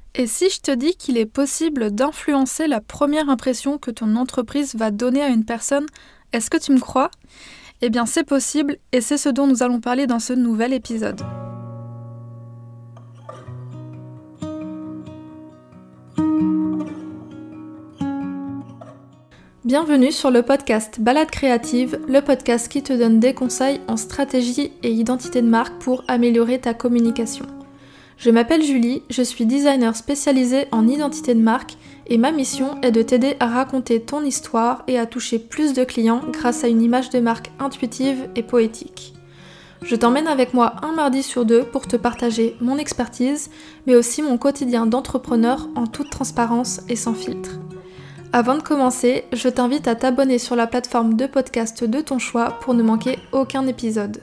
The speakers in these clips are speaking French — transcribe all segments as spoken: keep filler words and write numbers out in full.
Et si je te dis qu'il est possible d'influencer la première impression que ton entreprise va donner à une personne, est-ce que tu me crois ? Eh bien c'est possible et c'est ce dont nous allons parler dans ce nouvel épisode. Bienvenue sur le podcast Balade Créative, le podcast qui te donne des conseils en stratégie et identité de marque pour améliorer ta communication. Je m'appelle Julie, je suis designer spécialisée en identité de marque et ma mission est de t'aider à raconter ton histoire et à toucher plus de clients grâce à une image de marque intuitive et poétique. Je t'emmène avec moi un mardi sur deux pour te partager mon expertise, mais aussi mon quotidien d'entrepreneur en toute transparence et sans filtre. Avant de commencer, je t'invite à t'abonner sur la plateforme de podcast de ton choix pour ne manquer aucun épisode.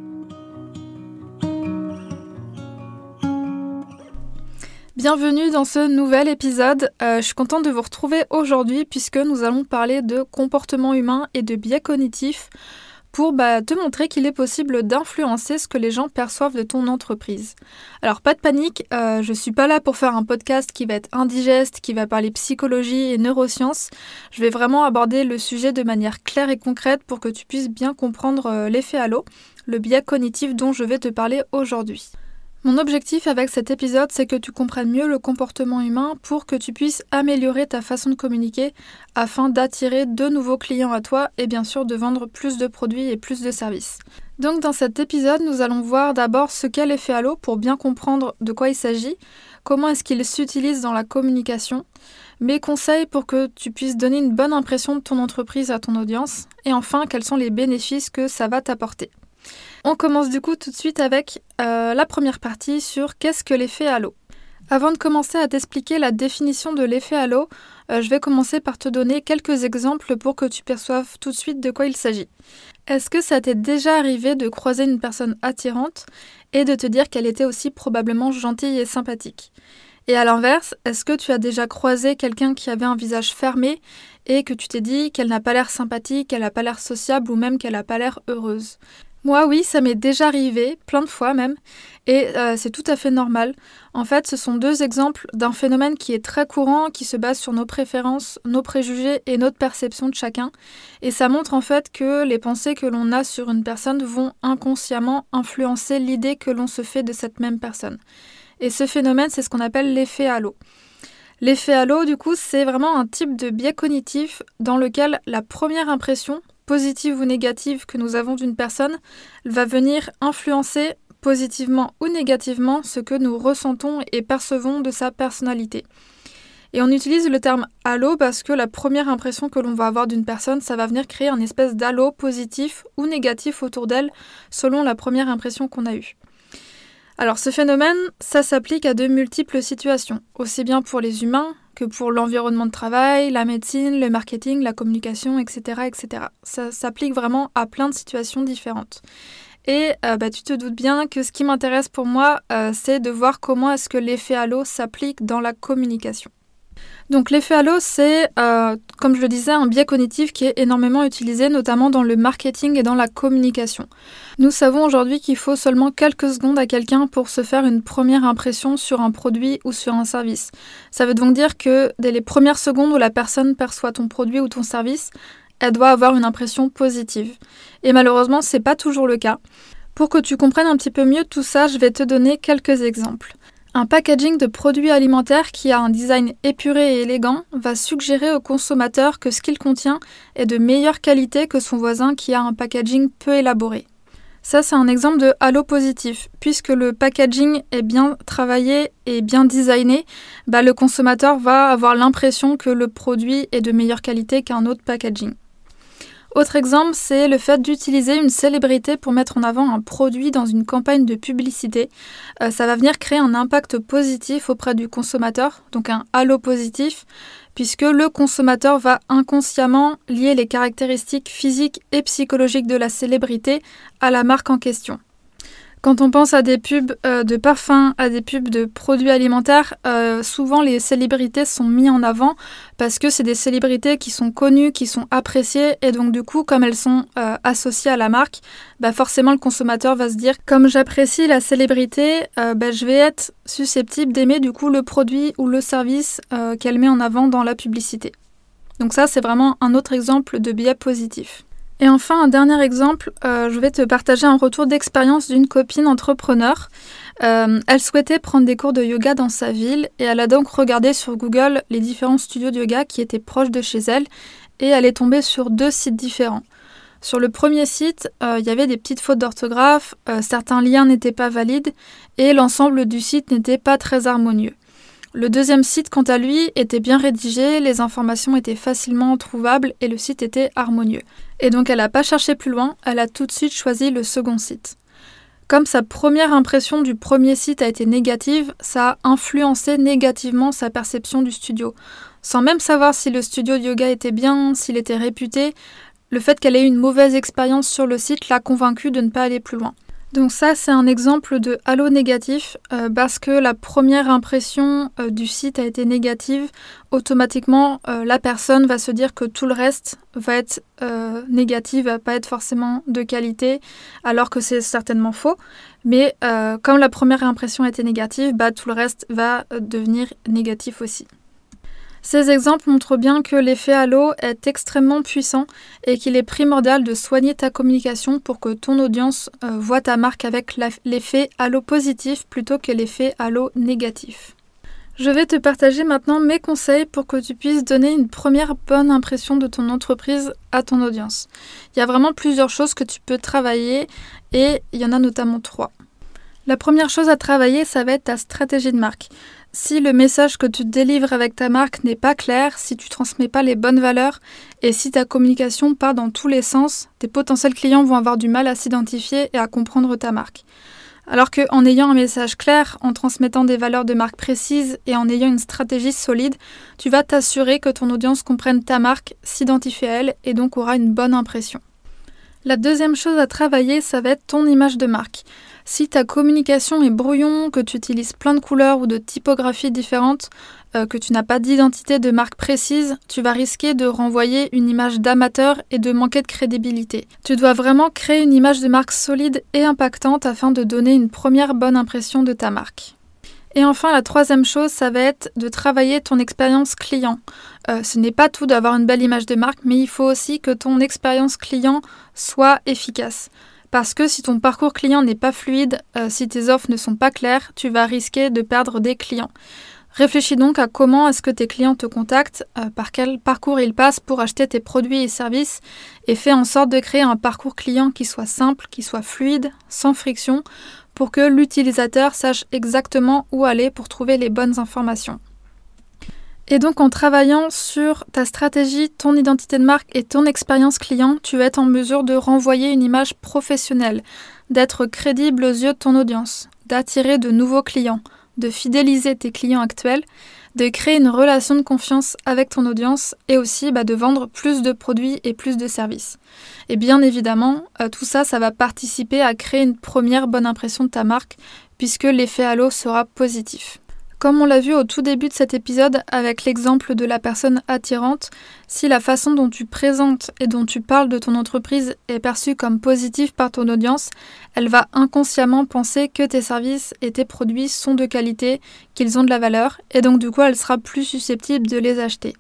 Bienvenue dans ce nouvel épisode. Euh, je suis contente de vous retrouver aujourd'hui puisque nous allons parler de comportement humain et de biais cognitifs pour bah, te montrer qu'il est possible d'influencer ce que les gens perçoivent de ton entreprise. Alors pas de panique, euh, je suis pas là pour faire un podcast qui va être indigeste, qui va parler psychologie et neurosciences. Je vais vraiment aborder le sujet de manière claire et concrète pour que tu puisses bien comprendre euh, l'effet halo, le biais cognitif dont je vais te parler aujourd'hui. Mon objectif avec cet épisode, c'est que tu comprennes mieux le comportement humain pour que tu puisses améliorer ta façon de communiquer afin d'attirer de nouveaux clients à toi et bien sûr de vendre plus de produits et plus de services. Donc dans cet épisode, nous allons voir d'abord ce qu'est l'effet halo pour bien comprendre de quoi il s'agit, comment est-ce qu'il s'utilise dans la communication, mes conseils pour que tu puisses donner une bonne impression de ton entreprise à ton audience et enfin quels sont les bénéfices que ça va t'apporter. On commence du coup tout de suite avec euh, la première partie sur qu'est-ce que l'effet halo. Avant de commencer à t'expliquer la définition de l'effet halo, euh, je vais commencer par te donner quelques exemples pour que tu perçoives tout de suite de quoi il s'agit. Est-ce que ça t'est déjà arrivé de croiser une personne attirante et de te dire qu'elle était aussi probablement gentille et sympathique ? Et à l'inverse, est-ce que tu as déjà croisé quelqu'un qui avait un visage fermé et que tu t'es dit qu'elle n'a pas l'air sympathique, qu'elle n'a pas l'air sociable ou même qu'elle n'a pas l'air heureuse ? Moi, oui, ça m'est déjà arrivé, plein de fois même, et euh, c'est tout à fait normal. En fait, ce sont deux exemples d'un phénomène qui est très courant, qui se base sur nos préférences, nos préjugés et notre perception de chacun. Et ça montre en fait que les pensées que l'on a sur une personne vont inconsciemment influencer l'idée que l'on se fait de cette même personne. Et ce phénomène, c'est ce qu'on appelle l'effet halo. L'effet halo, du coup, c'est vraiment un type de biais cognitif dans lequel la première impression, positive ou négative que nous avons d'une personne, va venir influencer positivement ou négativement ce que nous ressentons et percevons de sa personnalité. Et on utilise le terme halo parce que la première impression que l'on va avoir d'une personne, ça va venir créer un espèce d'halo positif ou négatif autour d'elle selon la première impression qu'on a eue. Alors ce phénomène, ça s'applique à de multiples situations, aussi bien pour les humains que pour l'environnement de travail, la médecine, le marketing, la communication, et cetera, et cetera. Ça s'applique vraiment à plein de situations différentes. Et euh, bah, tu te doutes bien que ce qui m'intéresse pour moi, euh, c'est de voir comment est-ce que l'effet halo s'applique dans la communication. Donc l'effet halo, c'est, euh, comme je le disais, un biais cognitif qui est énormément utilisé, notamment dans le marketing et dans la communication. Nous savons aujourd'hui qu'il faut seulement quelques secondes à quelqu'un pour se faire une première impression sur un produit ou sur un service. Ça veut donc dire que dès les premières secondes où la personne perçoit ton produit ou ton service, elle doit avoir une impression positive. Et malheureusement, c'est pas toujours le cas. Pour que tu comprennes un petit peu mieux tout ça, je vais te donner quelques exemples. Un packaging de produits alimentaires qui a un design épuré et élégant va suggérer au consommateur que ce qu'il contient est de meilleure qualité que son voisin qui a un packaging peu élaboré. Ça, c'est un exemple de halo positif. Puisque le packaging est bien travaillé et bien designé, bah, le consommateur va avoir l'impression que le produit est de meilleure qualité qu'un autre packaging. Autre exemple, c'est le fait d'utiliser une célébrité pour mettre en avant un produit dans une campagne de publicité. Euh, ça va venir créer un impact positif auprès du consommateur, donc un halo positif, puisque le consommateur va inconsciemment lier les caractéristiques physiques et psychologiques de la célébrité à la marque en question. Quand on pense à des pubs euh, de parfums, à des pubs de produits alimentaires, euh, souvent les célébrités sont mises en avant parce que c'est des célébrités qui sont connues, qui sont appréciées et donc du coup, comme elles sont euh, associées à la marque, bah forcément le consommateur va se dire comme j'apprécie la célébrité, euh, bah, je vais être susceptible d'aimer du coup le produit ou le service euh, qu'elle met en avant dans la publicité. Donc ça, c'est vraiment un autre exemple de biais positif. Et enfin, un dernier exemple, euh, je vais te partager un retour d'expérience d'une copine entrepreneur. Euh, elle souhaitait prendre des cours de yoga dans sa ville et elle a donc regardé sur Google les différents studios de yoga qui étaient proches de chez elle et elle est tombée sur deux sites différents. Sur le premier site, euh, il y avait des petites fautes d'orthographe, euh, certains liens n'étaient pas valides et l'ensemble du site n'était pas très harmonieux. Le deuxième site, quant à lui, était bien rédigé, les informations étaient facilement trouvables et le site était harmonieux. Et donc elle n'a pas cherché plus loin, elle a tout de suite choisi le second site. Comme sa première impression du premier site a été négative, ça a influencé négativement sa perception du studio. Sans même savoir si le studio de yoga était bien, s'il était réputé, le fait qu'elle ait eu une mauvaise expérience sur le site l'a convaincue de ne pas aller plus loin. Donc ça, c'est un exemple de halo négatif, euh, parce que la première impression euh, du site a été négative, automatiquement, euh, la personne va se dire que tout le reste va être euh, négatif, va pas être forcément de qualité, alors que c'est certainement faux. Mais euh, comme la première impression a été négative, bah, tout le reste va euh, devenir négatif aussi. Ces exemples montrent bien que l'effet halo est extrêmement puissant et qu'il est primordial de soigner ta communication pour que ton audience euh, voit ta marque avec l'effet halo positif plutôt que l'effet halo négatif. Je vais te partager maintenant mes conseils pour que tu puisses donner une première bonne impression de ton entreprise à ton audience. Il y a vraiment plusieurs choses que tu peux travailler et il y en a notamment trois. La première chose à travailler, ça va être ta stratégie de marque. Si le message que tu délivres avec ta marque n'est pas clair, si tu ne transmets pas les bonnes valeurs et si ta communication part dans tous les sens, tes potentiels clients vont avoir du mal à s'identifier et à comprendre ta marque. Alors qu'en ayant un message clair, en transmettant des valeurs de marque précises et en ayant une stratégie solide, tu vas t'assurer que ton audience comprenne ta marque, s'identifie à elle et donc aura une bonne impression. La deuxième chose à travailler, ça va être ton image de marque. Si ta communication est brouillon, que tu utilises plein de couleurs ou de typographies différentes, euh, que tu n'as pas d'identité de marque précise, tu vas risquer de renvoyer une image d'amateur et de manquer de crédibilité. Tu dois vraiment créer une image de marque solide et impactante afin de donner une première bonne impression de ta marque. Et enfin, la troisième chose, ça va être de travailler ton expérience client. Euh, ce n'est pas tout d'avoir une belle image de marque, mais il faut aussi que ton expérience client soit efficace. Parce que si ton parcours client n'est pas fluide, euh, si tes offres ne sont pas claires, tu vas risquer de perdre des clients. Réfléchis donc à comment est-ce que tes clients te contactent, euh, par quel parcours ils passent pour acheter tes produits et services, et fais en sorte de créer un parcours client qui soit simple, qui soit fluide, sans friction, pour que l'utilisateur sache exactement où aller pour trouver les bonnes informations. Et donc en travaillant sur ta stratégie, ton identité de marque et ton expérience client, tu vas être en mesure de renvoyer une image professionnelle, d'être crédible aux yeux de ton audience, d'attirer de nouveaux clients, de fidéliser tes clients actuels, de créer une relation de confiance avec ton audience et aussi bah, de vendre plus de produits et plus de services. Et bien évidemment, euh, tout ça, ça va participer à créer une première bonne impression de ta marque puisque l'effet halo sera positif. Comme on l'a vu au tout début de cet épisode avec l'exemple de la personne attirante, si la façon dont tu présentes et dont tu parles de ton entreprise est perçue comme positive par ton audience, elle va inconsciemment penser que tes services et tes produits sont de qualité, qu'ils ont de la valeur, et donc du coup elle sera plus susceptible de les acheter.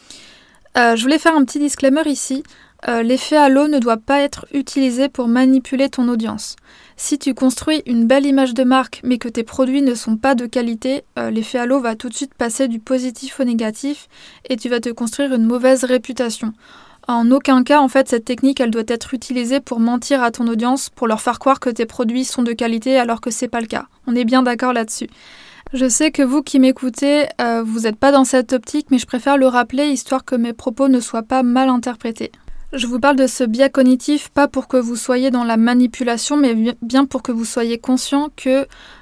Euh, je voulais faire un petit disclaimer ici. Euh, l'effet halo ne doit pas être utilisé pour manipuler ton audience. Si tu construis une belle image de marque mais que tes produits ne sont pas de qualité, euh, l'effet halo va tout de suite passer du positif au négatif et tu vas te construire une mauvaise réputation. En aucun cas, en fait, cette technique, elle doit être utilisée pour mentir à ton audience, pour leur faire croire que tes produits sont de qualité alors que c'est pas le cas. On est bien d'accord là-dessus. Je sais que vous qui m'écoutez, euh, vous n'êtes pas dans cette optique, mais je préfère le rappeler histoire que mes propos ne soient pas mal interprétés. Je vous parle de ce biais cognitif, pas pour que vous soyez dans la manipulation, mais bien pour que vous soyez conscient que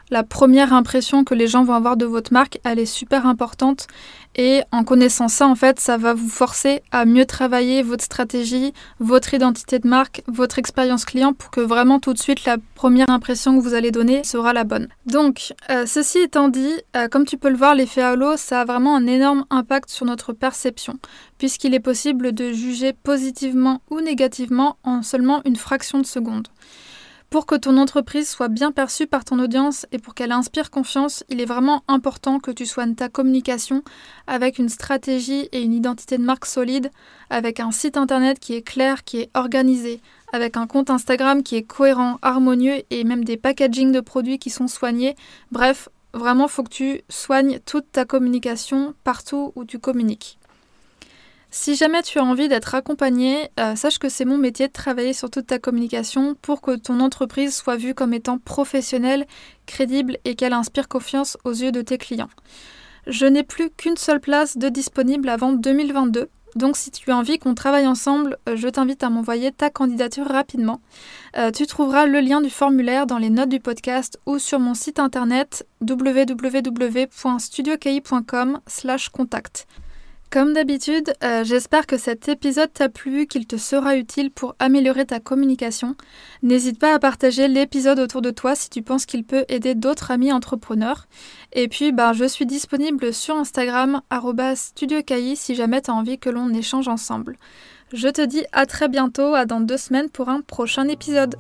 la première impression que les gens vont avoir de votre marque, elle est super importante. Et en connaissant ça, en fait, ça va vous forcer à mieux travailler votre stratégie, votre identité de marque, votre expérience client pour que vraiment tout de suite, la première impression que vous allez donner sera la bonne. Donc, euh, ceci étant dit, euh, comme tu peux le voir, l'effet halo, ça a vraiment un énorme impact sur notre perception, puisqu'il est possible de juger positivement ou négativement en seulement une fraction de seconde. Pour que ton entreprise soit bien perçue par ton audience et pour qu'elle inspire confiance, il est vraiment important que tu soignes ta communication avec une stratégie et une identité de marque solide, avec un site internet qui est clair, qui est organisé, avec un compte Instagram qui est cohérent, harmonieux et même des packagings de produits qui sont soignés. Bref, vraiment, il faut que tu soignes toute ta communication partout où tu communiques. Si jamais tu as envie d'être accompagné, euh, sache que c'est mon métier de travailler sur toute ta communication pour que ton entreprise soit vue comme étant professionnelle, crédible et qu'elle inspire confiance aux yeux de tes clients. Je n'ai plus qu'une seule place de disponible avant deux mille vingt-deux, donc si tu as envie qu'on travaille ensemble, euh, je t'invite à m'envoyer ta candidature rapidement. Euh, tu trouveras le lien du formulaire dans les notes du podcast ou sur mon site internet w w w point studio k i point com slash contact. Comme d'habitude, euh, j'espère que cet épisode t'a plu, qu'il te sera utile pour améliorer ta communication. N'hésite pas à partager l'épisode autour de toi si tu penses qu'il peut aider d'autres amis entrepreneurs. Et puis, ben, je suis disponible sur Instagram, arobase studio k i, si jamais tu as envie que l'on échange ensemble. Je te dis à très bientôt, à dans deux semaines pour un prochain épisode.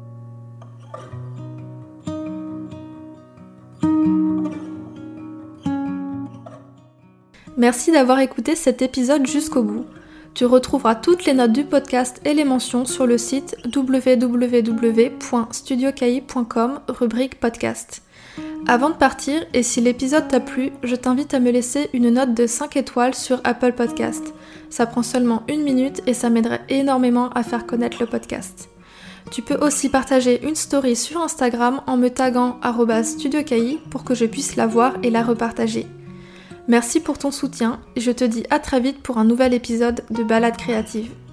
Merci d'avoir écouté cet épisode jusqu'au bout. Tu retrouveras toutes les notes du podcast et les mentions sur le site w w w point studio k i point com, rubrique podcast. Avant de partir, et si l'épisode t'a plu, je t'invite à me laisser une note de cinq étoiles sur Apple Podcast. Ça prend seulement une minute et ça m'aiderait énormément à faire connaître le podcast. Tu peux aussi partager une story sur Instagram en me taguant arobase studio k i pour que je puisse la voir et la repartager. Merci pour ton soutien et je te dis à très vite pour un nouvel épisode de Balade créative.